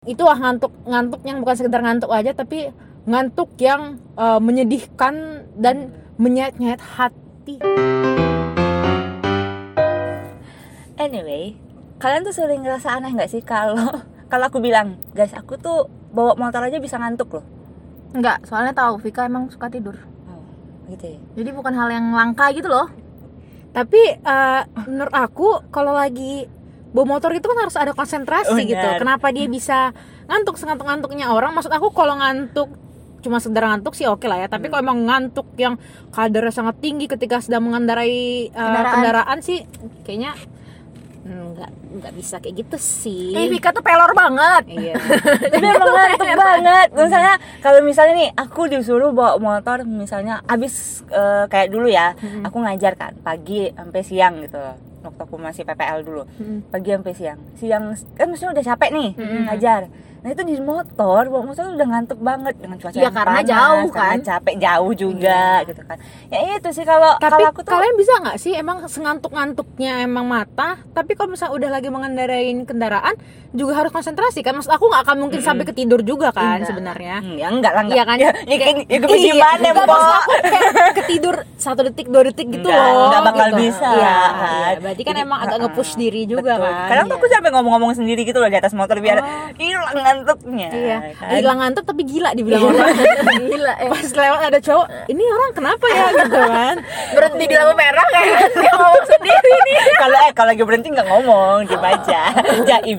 Itu ngantuk yang bukan sekedar ngantuk aja, tapi ngantuk yang menyedihkan dan menyayat-nyayat hati. Anyway, kalian tuh sering ngerasa aneh nggak sih kalau aku bilang, guys, aku tuh bawa motor aja bisa ngantuk loh. Enggak, soalnya tahu Vika emang suka tidur. Oh, gitu ya. Jadi bukan hal yang langka gitu loh. Tapi menurut aku kalau lagi bawa motor itu kan harus ada konsentrasi gitu. Kenapa dia bisa ngantuk sengantuk-ngantuknya orang? Maksud aku kalau ngantuk cuma sekedar ngantuk sih oke lah ya. Tapi kalau emang ngantuk yang kadarnya sangat tinggi ketika sedang mengendarai kendaraan sih kayaknya nggak bisa kayak gitu sih. Vika tuh pelor banget. Iya. Tapi emang ngantuk banget. Misalnya kalau misalnya nih aku disuruh bawa motor, misalnya abis kayak dulu ya, aku ngajar kan pagi sampai siang gitu loh. Waktu aku masih PPL dulu, pagi sampai siang kan maksudnya udah capek nih ngajar. Nah itu di motor, bawa motor udah ngantuk banget dengan cuaca yang karena panas, jauh kan, karena capek jauh juga gitu kan. Ya itu sih kalau aku tuh. Kalian bisa nggak sih emang sengantuk-ngantuknya emang mata, tapi kalau misalnya udah lagi mengendarain kendaraan juga harus konsentrasi kan? Maksud aku nggak akan mungkin sampai ketidur juga kan sebenarnya? Ya enggak lah, iya kan? Ya gimana maksud aku kayak ketidur 1 detik 2 detik gitu loh. Nggak bakal gitu. Bisa. Iya, berarti kan emang agak nge-push diri juga. Betul. Kan. Kadang tuh aku sampai ngomong-ngomong sendiri gitu loh di atas motor biar hilang ngantuknya. Iya. Kan? Hilang ngantuk tapi gila dibilang orang. Gila. Pas lewat ada cowok, ini orang kenapa ya gitu kan? Berhenti di lampu merah kayak dia ngomong sendiri nih. Kalau lagi berhenti nggak ngomong, dibaca. Jaim.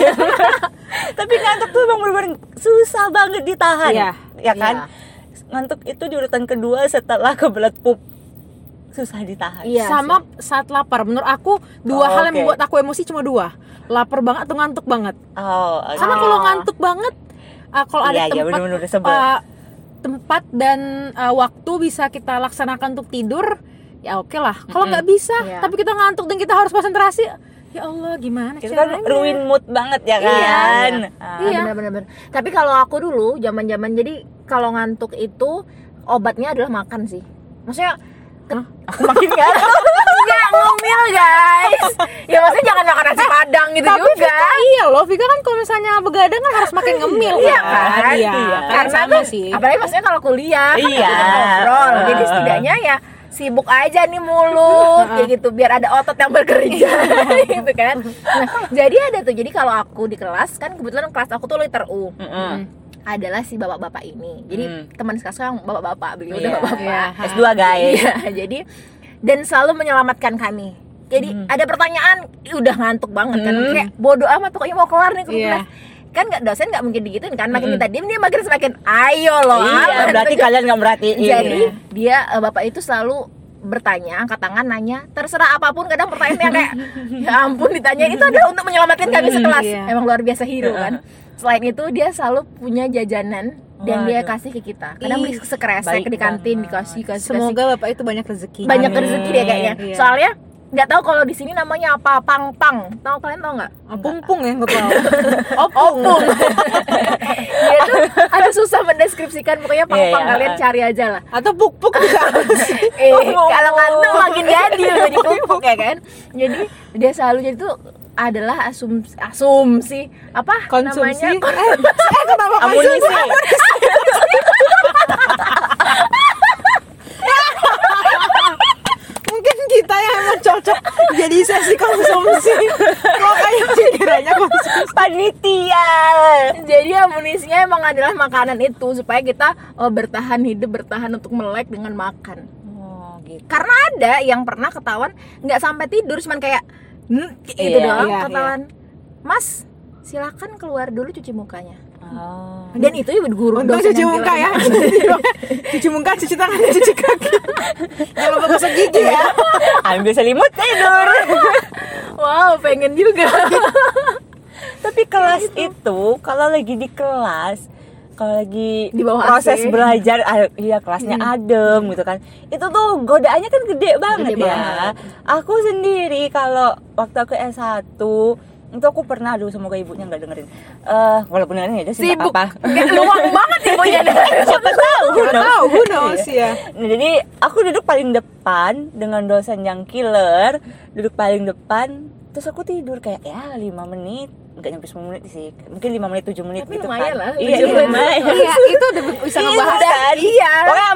Tapi ngantuk tuh emang bener-bener susah banget ditahan. Iya. Ya kan? Iya. Ngantuk itu di urutan kedua setelah kebelet pup. Susah ditahan. Iya, sama saat lapar. Menurut aku hal yang membuat aku emosi cuma 2. Lapar banget atau ngantuk banget. Karena kalau ngantuk banget, kalau ada tempat dan waktu bisa kita laksanakan untuk tidur, ya oke lah. Kalau nggak bisa, tapi kita ngantuk dan kita harus konsentrasi, ya Allah gimana itu caranya? Kan ruin mood banget ya kan. Iya. Benar-benar. Tapi kalau aku dulu zaman-zaman, jadi kalau ngantuk itu obatnya adalah makan sih. Maksudnya aku makin nggak ngomel guys. Ya maksudnya jangan makan nasi padang gitu. Tapi juga iya loh, Vika kan kalau misalnya begadang kan harus makin ngemil. Iya kan? Iya. Karena sama sih. Apalagi maksudnya kalau kuliah kan ngobrol. Jadi setidaknya ya sibuk aja nih mulut kayak gitu biar ada otot yang bekerja gitu kan. Nah, jadi ada tuh. Jadi kalau aku di kelas kan kebetulan kelas aku tuh liter U. Adalah si bapak-bapak ini. Jadi teman sekarang bapak-bapak, beliau udah bapak-bapak. S2 guys. Iya, jadi dan selalu menyelamatkan kami. Jadi ada pertanyaan udah ngantuk banget kan. Kayak bodo amat pokoknya mau kelar nih kelas. Kan dosen nggak mungkin digituin kan, makin kita diem dia makin semakin ayo loh. Iya, berarti kalian nggak merhatiin. Jadi dia bapak itu selalu bertanya, angkat tangan, nanya, terserah apapun. Kadang pertanyaannya kayak ya ampun ditanya, itu adalah untuk menyelamatkan kami sekelas. Emang luar biasa hero kan. Selain itu dia selalu punya jajanan dan dia kasih ke kita. Kadang beli sekresek di kantin dikasih. Semoga bapak itu banyak rezeki. Banyak rezeki dia kayaknya. Soalnya nggak tahu kalau di sini namanya apa, pang. Kalian tahu nggak? Pumpung ya, nggak tahu. Opung. Dia tuh ada susah mendeskripsikan, pokoknya pang. Kalian cari aja lah. Atau puk-puk juga. Kalau ngantuk makin jadi puk-puk ya kan. Jadi dia selalu jadi tuh adalah asumsi apa konsumsi namanya amunisi. Mungkin kita yang emang cocok jadi sesi konsumsi. Kok kayak pikirannya konsumsi panitia. Jadi amunisinya emang adalah makanan itu supaya kita bertahan hidup, bertahan untuk melek dengan makan. Gitu. Karena ada yang pernah ketahuan nggak sampai tidur, cuman kayak gitu doang ketahuan. Mas, silakan keluar dulu cuci mukanya. Dan itu ya guru dosen cuci muka ya. Cuci muka, cuci tangan, cuci kaki. Jangan lupa gosok gigi ya. Ambil selimut tidur. Wow, pengen juga. Tapi kelas itu kalau lagi di kelas, kalau lagi di bawah proses AC. belajar, kelasnya adem gitu kan, itu tuh godaannya kan gede banget ya. Aku sendiri kalau waktu aku S1 itu aku pernah, semoga ibunya nggak dengerin, walaupun dengerin ya sih nggak apa-apa. Luang banget ibunya. Siapa tahu, who knows ya. Nah, jadi aku duduk paling depan dengan dosen yang killer, duduk paling depan, terus aku tidur kayak 5 menit nggak nyampe 10 menit sih, mungkin 5 menit 7 menit tapi gitu lumayan kan. lah, Iya, lumayan. Iya, itu udah bisa ngebahas kan? iya. Pokoknya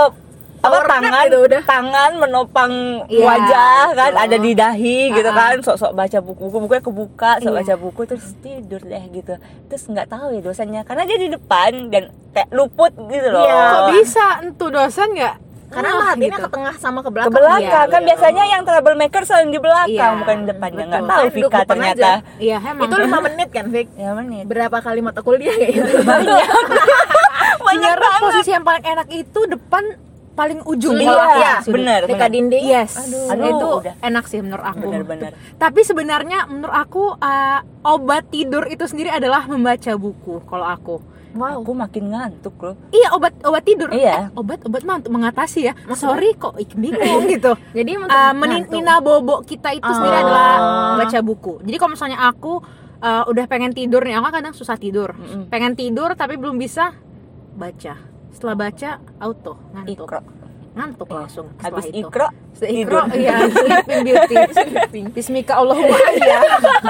tangan menopang wajah kan, ada di dahi gitu kan, sok-sok baca bukunya kebuka, baca buku terus tidur deh gitu. Terus nggak tahu ya dosennya karena dia di depan dan kayak luput gitu loh. Kok bisa entuh dosen nggak? Karena hatinya ke tengah sama ke belakang. Ke belakang kan biasanya yang troublemaker selalu di belakang bukan di depannya. Nggak tahu Vika ternyata. Iya, emang. Itu 5 menit kan, Vik? 5 menit. Berapa kali mata kuliah kayak gitu? Banyak banget. Posisi yang paling enak itu depan paling ujung. Iya, benar. Dekat dinding. Yes. Aduh, itu udah. enak sih menurut aku. Benar-benar. Tapi sebenarnya menurut aku obat tidur itu sendiri adalah membaca buku kalau aku. Wow. Aku makin ngantuk loh. Iya, obat tidur. Iya. Obat untuk mengatasi ya. Sorry kok bingung gitu. Jadi menina bobo kita itu sendiri adalah baca buku. Jadi kalau misalnya aku udah pengen tidur nih, aku kadang susah tidur. Pengen tidur tapi belum bisa baca. Setelah baca auto ngantuk. Ngantuk langsung. Habis itu. ikro Iya, sleeping beauty. Bismika Allahumma ya.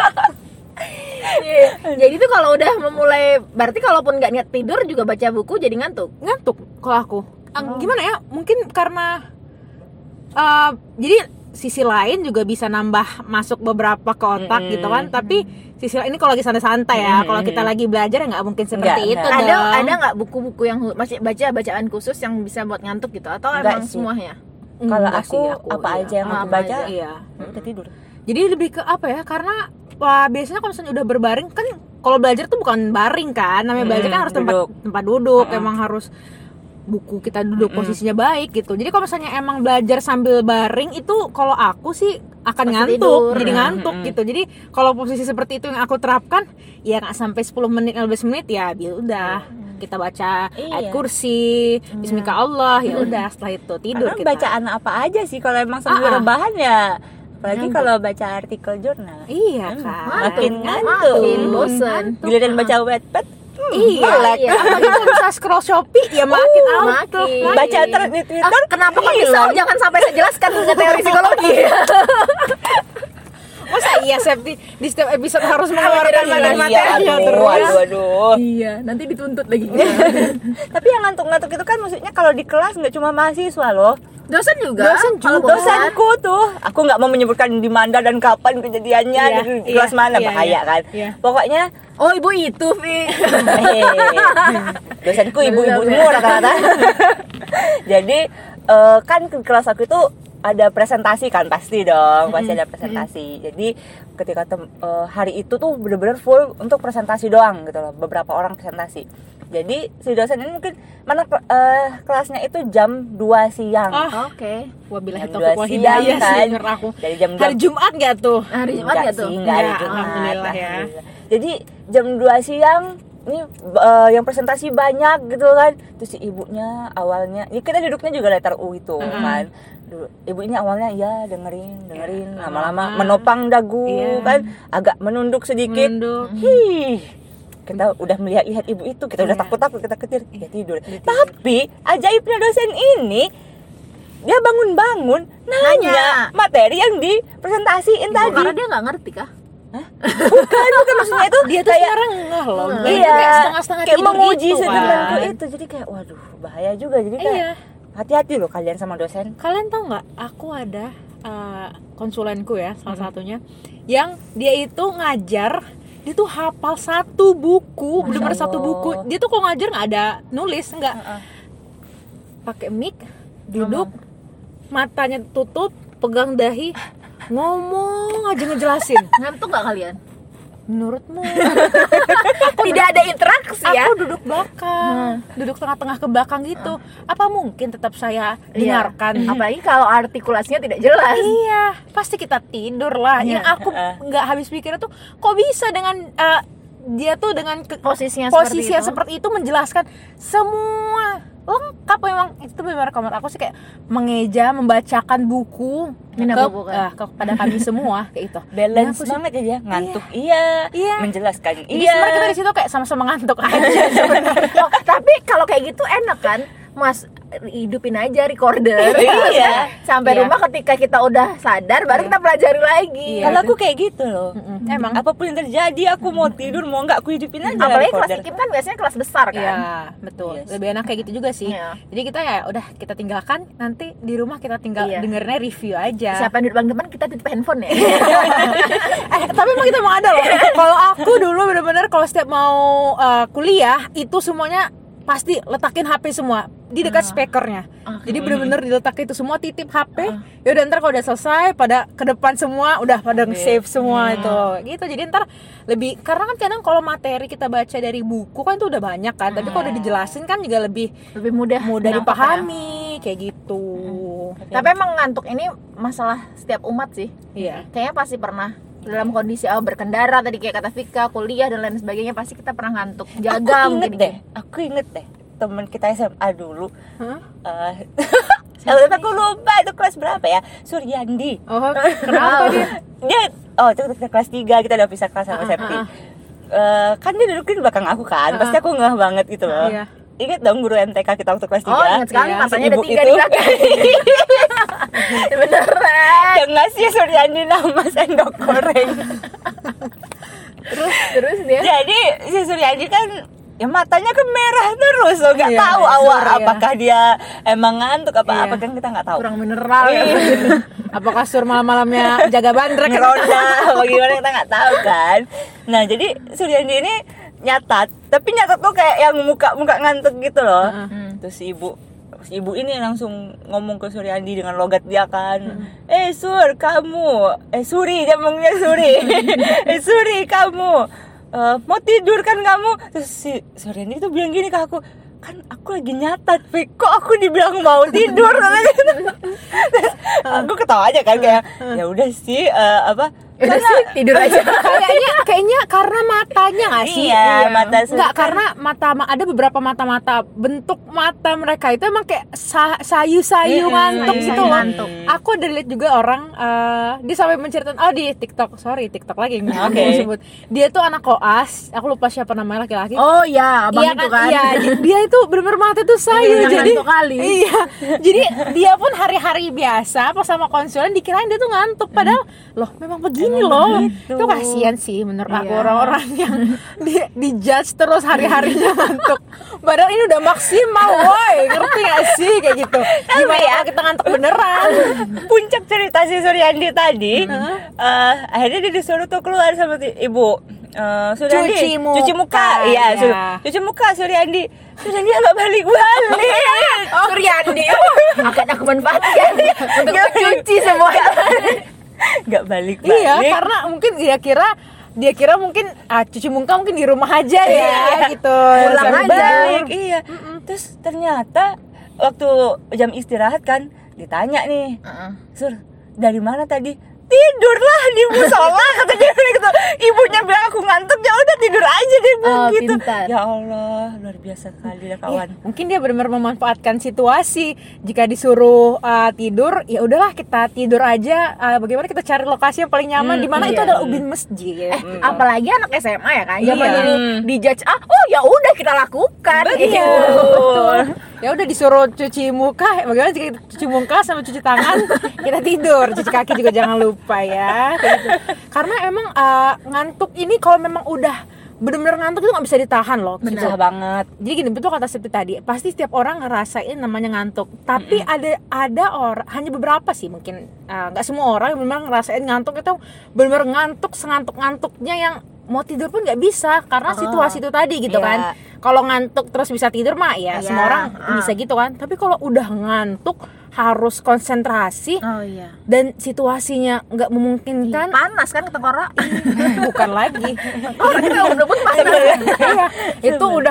Jadi tuh kalau udah memulai, berarti kalaupun nggak niat tidur juga baca buku jadi ngantuk Kalau aku gimana ya, mungkin karena jadi sisi lain juga bisa nambah masuk beberapa ke otak gitu kan, tapi sisi lain ini kalau lagi santai-santai ya, kalau kita lagi belajar ya nggak mungkin seperti itu dong. Ada nggak buku-buku yang masih bacaan khusus yang bisa buat ngantuk gitu, atau emang semuanya? Kalau aku apa aja yang aku baca udah tidur. Jadi lebih ke apa ya, karena biasanya kalau misalnya udah berbaring kan, kalau belajar tuh bukan baring kan, namanya belajar kan harus tempat duduk, emang harus buku kita duduk posisinya baik gitu. Jadi kalau misalnya emang belajar sambil baring itu kalau aku sih akan ngantuk, jadi ngantuk gitu. Jadi kalau posisi seperti itu yang aku terapkan ya nggak sampai 10 menit 15 menit ya udah kita baca ayat kursi, bismika Allah, ya udah setelah itu tidur. Karena bacaan apa aja sih kalau emang sambil rebahan ya. Apalagi kalau baca artikel jurnal. Iya kan. Makin ngantuk, makin bosan. Giliran baca Wattpad. Iya. Kita bisa scroll Shopee ya makin ngantuk. Baca thread di Twitter. Kenapa kok bisa? Jangan sampai saya jelaskan teori psikologi. Masa iya Septi di setiap episode harus mengeluarkan materi terus. Aduh. Iya, nanti dituntut lagi kita. Tapi yang ngantuk-ngantuk itu kan maksudnya kalau di kelas nggak cuma mahasiswa loh. Dosen juga. Dosenku tuh, aku nggak mau menyebutkan di mana dan kapan kejadiannya, di kelas mana, bahaya kan. Pokoknya, ibu itu, Vi. Dosenku ibu-ibu semua rata-rata. Jadi kan kelas aku itu ada presentasi kan, pasti dong, pasti ada presentasi. Jadi ketika hari itu tuh bener-bener full untuk presentasi doang gitu loh, beberapa orang presentasi. Jadi si dosen ini mungkin kelasnya itu jam 2 siang. Oke. Wabillahi taufiq wal hidayah kan. Aku. Dari jam hari Jumat enggak tuh? Hari Jumat enggak tuh? Enggak hari Jumat. Alhamdulillah ya. Jadi jam 2 siang ini yang presentasi banyak gitu kan. Terus si ibunya awalnya, ya kita duduknya juga letter U itu kan. Ibu ini awalnya ya dengerin lama-lama menopang dagu kan, agak menunduk sedikit. Kita udah melihat ibu itu, kita udah takut-takut, kita ketir, dia tidur. Tapi ajaibnya dosen ini, dia bangun-bangun nanya materi yang dipresentasiin tadi. Karena dia nggak ngerti kah? Bukan maksudnya itu dia tuh sekarang enggak loh. Iya, setengah-setengah kayak menguji gitu, setemanku itu. Jadi kayak waduh bahaya juga. Jadi kayak hati-hati loh kalian sama dosen. Kalian tahu nggak? Aku ada konsulenku ya, salah satunya, yang dia itu ngajar. Dia tuh hafal satu buku, bener-bener satu buku. Dia tuh kalau ngajar nggak ada nulis, nggak. Pakai mic, duduk, matanya tutup, pegang dahi, ngomong aja ngejelasin. Ngantuk nggak kalian? Menurutmu? Tidak ada interaksi ya? Aku duduk belakang, duduk tengah-tengah ke belakang gitu. Apa mungkin tetap saya dengarkan? Apalagi kalau artikulasinya tidak jelas. Iya, pasti kita tidur lah. Yang aku nggak habis pikir tuh, kok bisa dengan dia tuh dengan posisinya seperti itu menjelaskan semua lengkap. Memang itu benar kamar aku sih, kayak mengeja membacakan buku kepada kami semua kayak itu. Balance banget ya dia, ngantuk iya. Menjelaskan jadi sebenarnya kita di situ kayak sama-sama ngantuk aja. Tapi kalau kayak gitu enak kan, Mas, hidupin aja recorder. Iya. Sampai rumah ketika kita udah sadar baru kita pelajari lagi. Kalau aku kayak gitu loh. Emang Apapun yang terjadi, aku mau tidur mau enggak, aku hidupin aja. Apalagi kelas recorder. IKIP kan biasanya kelas besar kan. Iya, betul. Yes. Lebih enak kayak gitu juga sih. Iya. Jadi kita ya udah kita tinggalkan, nanti di rumah kita tinggal dengerinnya review aja. Siapa yang di depan kita tutup handphone ya. Tapi emang itu emang ada loh. Kalau aku dulu bener-bener kalau setiap mau kuliah itu semuanya pasti letakin HP semua di dekat speakernya. Jadi bener-bener diletakin itu semua, titip HP. Ya udah ntar kalau udah selesai pada ke depan semua udah pada save semua itu. Gitu. Jadi ntar lebih, karena kan kadang kalau materi kita baca dari buku kan itu udah banyak kan. Tapi kalau udah dijelasin kan juga lebih mudah dipahami kayak gitu. Tapi emang ngantuk ini masalah setiap umat sih. Iya. Kayaknya pasti pernah dalam kondisi berkendara tadi kayak kata Vika, kuliah dan lain sebagainya pasti kita pernah ngantuk. Jaga Aku inget deh teman kita SMA dulu. Hah? Aku lupa itu kelas berapa ya? Suryandi. Oh, kenapa dia? Dia itu kita kelas 3, kita udah pisah kelas sama Septi. Kan dia duduk di belakang aku kan. Pasti aku ngeh banget gitu loh. Iya. Ingat dong guru MTK kita waktu kelas 3? Oh, ingat sekali, masanya ada 3 ibu di itu. belakang. Beneran. Yang ngasih Suryandi nama sendok goreng. Terus dia Jadi si Suryandi kan ya matanya kan merah terus, so nggak Iya, tahu sur, awal iya. apakah dia emang ngantuk apa Iya. kan kita nggak tahu. kurang mineral ya. Apakah sur malam-malamnya jaga bandrek? Ngeronda apa gimana kita nggak tahu kan. Nah jadi Suryandi ini nyatat, tapi nyatat tuh kayak yang muka ngantuk gitu loh. Terus si ibu ini langsung ngomong ke Suryandi dengan logat dia kan. Sur kamu, Suri, dia manggilnya Suri. Suri kamu, mau tidur kan kamu? Terus si Suryandi tuh bilang gini ke aku, kan aku lagi nyatat, Fik. Kok aku dibilang mau tidur? Terus aku ketawa aja kan kayak ya udah sih Udah sih tidur aja. Kayaknya karena matanya nggak sih? Iya, mata nggak, karena mata ada beberapa mata bentuk mata mereka itu emang kayak sayu-sayu ngantuk gitu loh. ngantuk. Aku ada lihat juga orang dia sampai menceritakan di TikTok lagi yang aku sebut. Dia tuh anak koas, aku lupa siapa namanya, laki-laki. Oh iya, abang itu kan. Iya, dia itu benar-benar mata tuh sayu. Yang Jadi ngantuk kali. Iya. Jadi dia pun hari-hari biasa pas sama konsulen dikirain dia tuh ngantuk, padahal loh memang begini loh. Itu kasihan sih menurut aku orang-orang yang di judge terus hari-harinya ngantuk. Padahal ini udah maksimal, woi. Ngerti gak sih kayak gitu? Gimana ya kita ngantuk beneran? Puncak cerita si Suryandi tadi, akhirnya dia disuruh tuh keluar sama ibu. Suryandi cuci muka. Iya, cuci muka Suryandi nggak balik. Suryandi akan aku manfaatkan untuk mencuci semua. Nggak balik. Iya, karena mungkin dia kira mungkin cuci muka mungkin di rumah aja ya gitu. Pulang aja. Balik. Iya. Terus ternyata waktu jam istirahat kan ditanya nih, Sur, dari mana tadi? Tidurlah di musola, kata dia gitu. Ibunya bilang aku ngantuk, ya udah tidur aja dia bilang gitu. Pintar. Ya Allah, luar biasa sekali ya kawan. Mungkin dia benar-benar memanfaatkan situasi. Jika disuruh tidur, ya udahlah kita tidur aja. Bagaimana kita cari lokasi yang paling nyaman, di mana itu adalah ubin masjid. Apalagi anak SMA ya kan. Iya. Zaman dulu di judge ya udah kita lakukan. Iya, betul. Ya udah disuruh cuci muka, bagaimana jika kita cuci muka sama cuci tangan, kita tidur, cuci kaki juga jangan lupa ya. Kayak gitu. Karena emang ngantuk ini kalau memang udah benar-benar ngantuk itu nggak bisa ditahan loh. Susah banget. Jadi gini, betul kata Septi tadi, pasti setiap orang ngerasain namanya ngantuk. Tapi ada orang, hanya beberapa sih mungkin, nggak semua orang yang memang ngerasain ngantuk itu benar-benar ngantuk sengantuk-ngantuknya yang mau tidur pun nggak bisa karena situasi itu tadi gitu kan. Kalau ngantuk terus bisa tidur mah ya semua orang bisa gitu kan. Tapi kalau udah ngantuk harus konsentrasi dan situasinya nggak memungkinkan, Panas kan tenggorok. bukan lagi. Orangnya udah panas. Iya, itu udah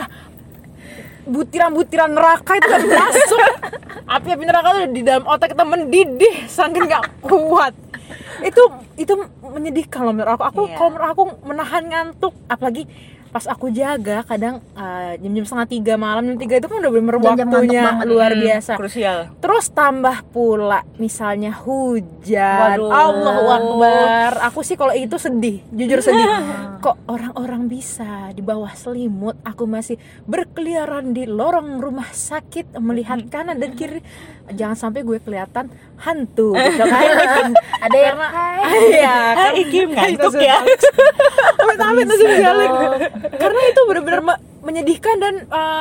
butiran-butiran neraka itu udah masuk. Api-api neraka itu di dalam otak kita mendidih saking nggak kuat. Itu menyedihkan loh menurut aku. Kalau menurut aku menahan ngantuk, apalagi pas aku jaga kadang jam-jam 2:30 malam, jam 3 itu kan udah bener Jam-jam waktunya ngantuk luar biasa. Krusial. Terus tambah pula misalnya hujan. Waduh. Allahu Akbar. Aku sih kalau itu sedih, jujur sedih. Kok orang-orang bisa di bawah selimut, aku masih berkeliaran di lorong rumah sakit melihat kanan dan kiri. Jangan sampai gue kelihatan hantu gitu kan. Ada yang Iya, kan Kim ngantuk ya. amit-amit langsung balik. Karena itu benar-benar menyedihkan dan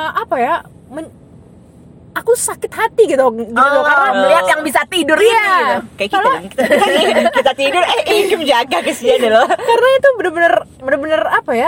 aku sakit hati gitu loh, karena melihat yang bisa tidur ini gitu. Kayak kita tidur Kim jaga kesian deh loh. Karena itu benar-benar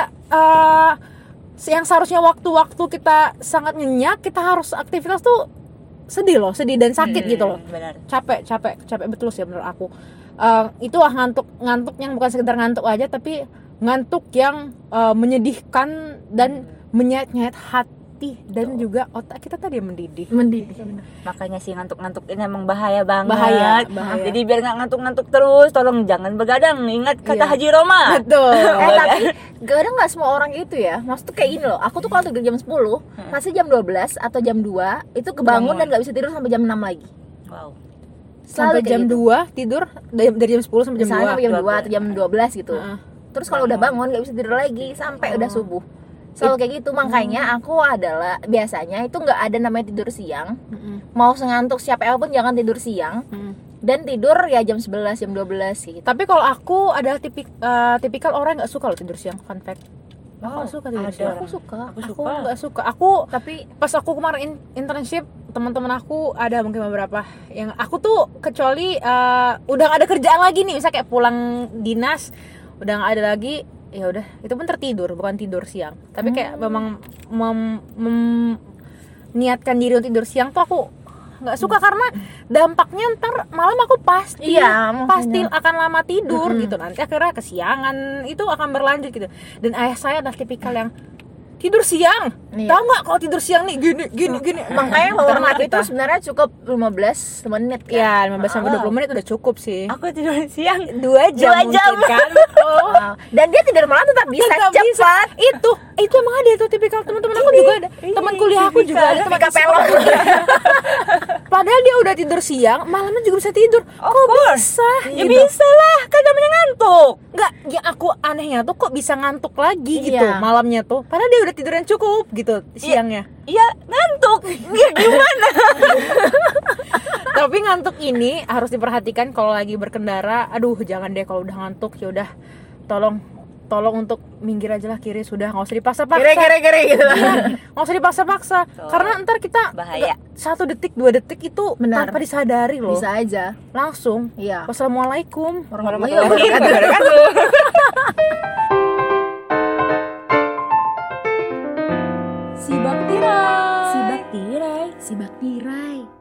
yang seharusnya waktu-waktu kita sangat nyenyak, kita harus aktivitas tuh sedih dan sakit gitu loh. Benar. Capek betul sih menurut aku. Itu ngantuk yang bukan sekedar ngantuk aja, tapi ngantuk yang menyedihkan dan menyayat-nyayat hati dan juga otak kita tadi yang mendidih. Makanya sih ngantuk-ngantuk ini emang bahaya banget. Bahaya. Jadi biar nggak ngantuk-ngantuk terus, tolong jangan begadang. Ingat kata Haji Roma. Betul. Tapi kadang nggak semua orang gitu ya. Maksud tuh kayak gini loh. Aku tuh kalau tidur jam 10, pasti jam 12 atau jam 2 itu kebangun dan nggak bisa tidur sampai jam 6 lagi. Wow. Sampai jam 2 tidur dari jam 10 sampai jam 2. Sampai jam 2 atau jam 12 gitu. Terus kalau udah bangun nggak bisa tidur lagi sampai udah subuh. Selalu kayak gitu. Makanya aku adalah biasanya itu nggak ada namanya tidur siang. Mau sengantuk siapa pun jangan tidur siang. Dan tidur ya jam 11, jam 12 gitu. Tapi kalau aku adalah tipikal orang yang nggak suka loh tidur siang. Fun fact. Aku suka tidur siang. Aku suka. Aku nggak suka. Tapi pas aku kemarin internship, teman-teman aku ada mungkin beberapa yang aku tuh kecuali udah nggak ada kerjaan lagi nih, misalnya kayak pulang dinas udah nggak ada lagi, ya udah itu pun tertidur, bukan tidur siang. Tapi kayak memang niatkan diri untuk tidur siang tuh aku nggak suka karena dampaknya ntar malam aku pasti akan lama tidur gitu, nanti akhirnya kesiangan itu akan berlanjut gitu. Dan ayah saya adalah tipikal yang tidur siang, tahu nggak kalau tidur siang nih gini. Makanya hormat itu sebenarnya cukup 15 menit kan? Ya 15 sampai 20 menit udah cukup sih. Aku tidur siang 2 jam mungkin kan. Dan dia tidur malam tetap bisa cepat. Itu emang ada itu tipikal teman-teman aku juga ada. Teman kuliah aku juga ada teman kapelon. Padahal dia udah tidur siang, malamnya juga bisa tidur. Kok bisa? Ya bisa lah, kan namanya ngantuk. Enggak, ya aku anehnya tuh kok bisa ngantuk lagi gitu malamnya tuh. Padahal dia udah tidur yang cukup gitu siangnya. Iya, ngantuk. Ya gimana? Tapi ngantuk ini harus diperhatikan kalau lagi berkendara. Aduh, jangan deh kalau udah ngantuk, ya udah tolong untuk minggir aja lah kiri, sudah nggak usah dipaksa-paksa. Kiri gitu lah. Nggak usah dipaksa-paksa. Karena ntar kita bahaya. 1 detik 2 detik itu tanpa disadari loh. Bisa aja. Langsung. Iya. Wassalamualaikum warahmatullahi wabarakatuh. Si Baktirai.